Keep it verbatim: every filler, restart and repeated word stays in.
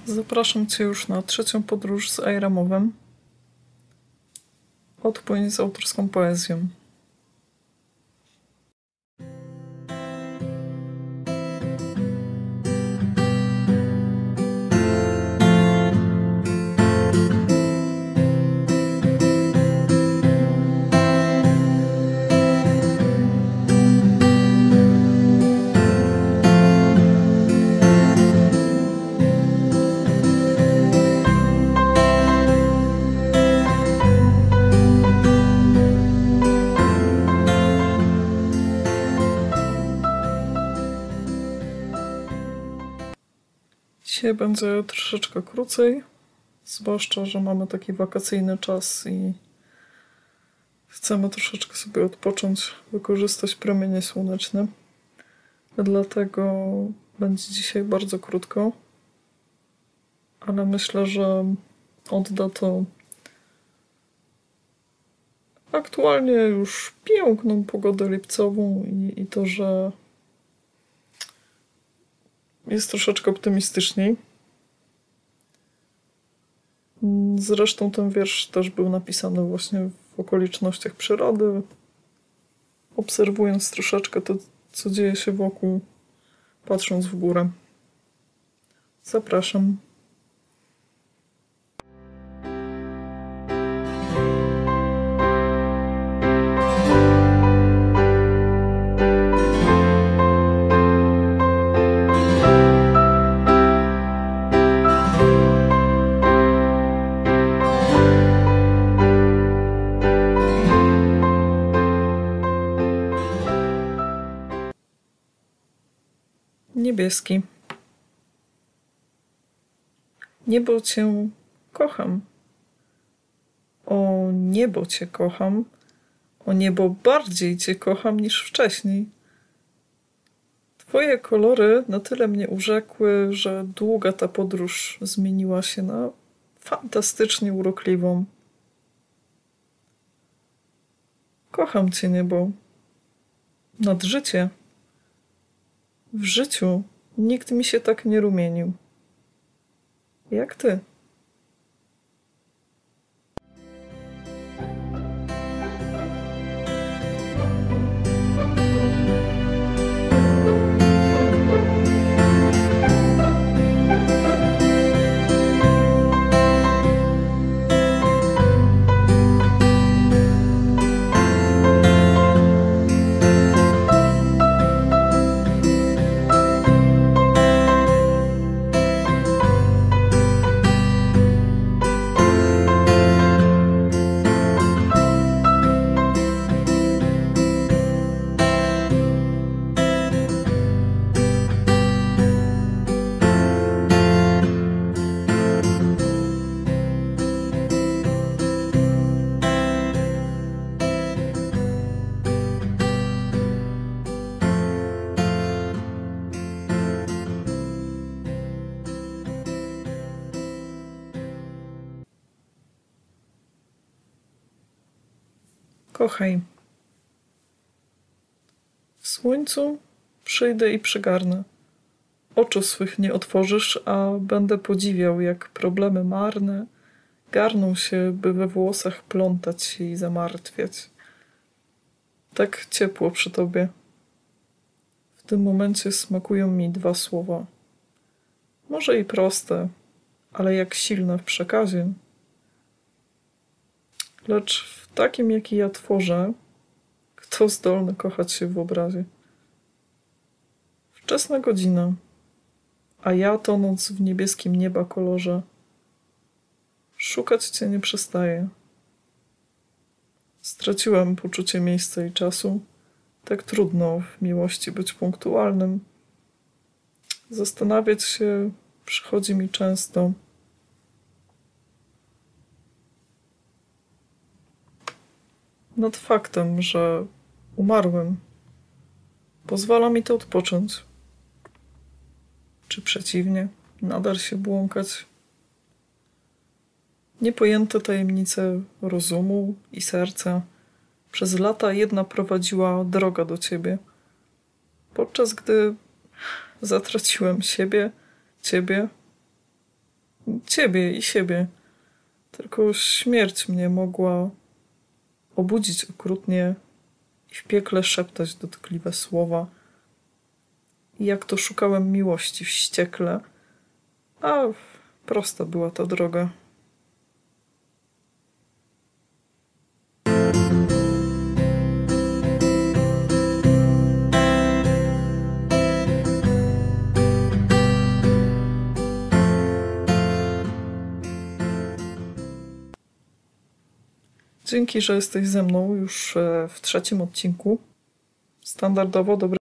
Zapraszam Cię już na trzecią podróż z Airamowem. Odpłyń z autorską poezją. Dzisiaj będzie troszeczkę krócej, zwłaszcza, że mamy taki wakacyjny czas i chcemy troszeczkę sobie odpocząć, wykorzystać promienie słoneczne. Dlatego będzie dzisiaj bardzo krótko, ale myślę, że odda to aktualnie już piękną pogodę lipcową i, i to, że jest troszeczkę optymistyczniej. Zresztą ten wiersz też był napisany właśnie w okolicznościach przyrody, obserwując troszeczkę to, co dzieje się wokół, patrząc w górę. Zapraszam. Niebieski. Niebo cię kocham. O niebo cię kocham. O niebo bardziej cię kocham niż wcześniej. Twoje kolory na tyle mnie urzekły, że długa ta podróż zmieniła się na fantastycznie urokliwą. Kocham cię, niebo. Nad życie. W życiu nikt mi się tak nie rumienił. Jak ty. Kochaj. W słońcu przyjdę i przygarnę. Oczu swych nie otworzysz, a będę podziwiał, jak problemy marne garną się, by we włosach plątać się i zamartwiać. Tak ciepło przy tobie. W tym momencie smakują mi dwa słowa. Może i proste, ale jak silne w przekazie. Lecz w takim, jaki ja tworzę, kto zdolny kochać się w obrazie? Wczesna godzina, a ja tonąc w niebieskim nieba kolorze, szukać cię nie przestaję. Straciłem poczucie miejsca i czasu, tak trudno w miłości być punktualnym. Zastanawiać się przychodzi mi często. Nad faktem, że umarłem. Pozwala mi to odpocząć. Czy przeciwnie, nadal się błąkać? Niepojęte tajemnice rozumu i serca. Przez lata jedna prowadziła droga do ciebie. Podczas gdy zatraciłem siebie, ciebie, ciebie i siebie. Tylko śmierć mnie mogła obudzić okrutnie i w piekle szeptać dotkliwe słowa. I jak to szukałem miłości wściekle, a prosta była ta droga. Dzięki, że jesteś ze mną już w trzecim odcinku. Standardowo dobre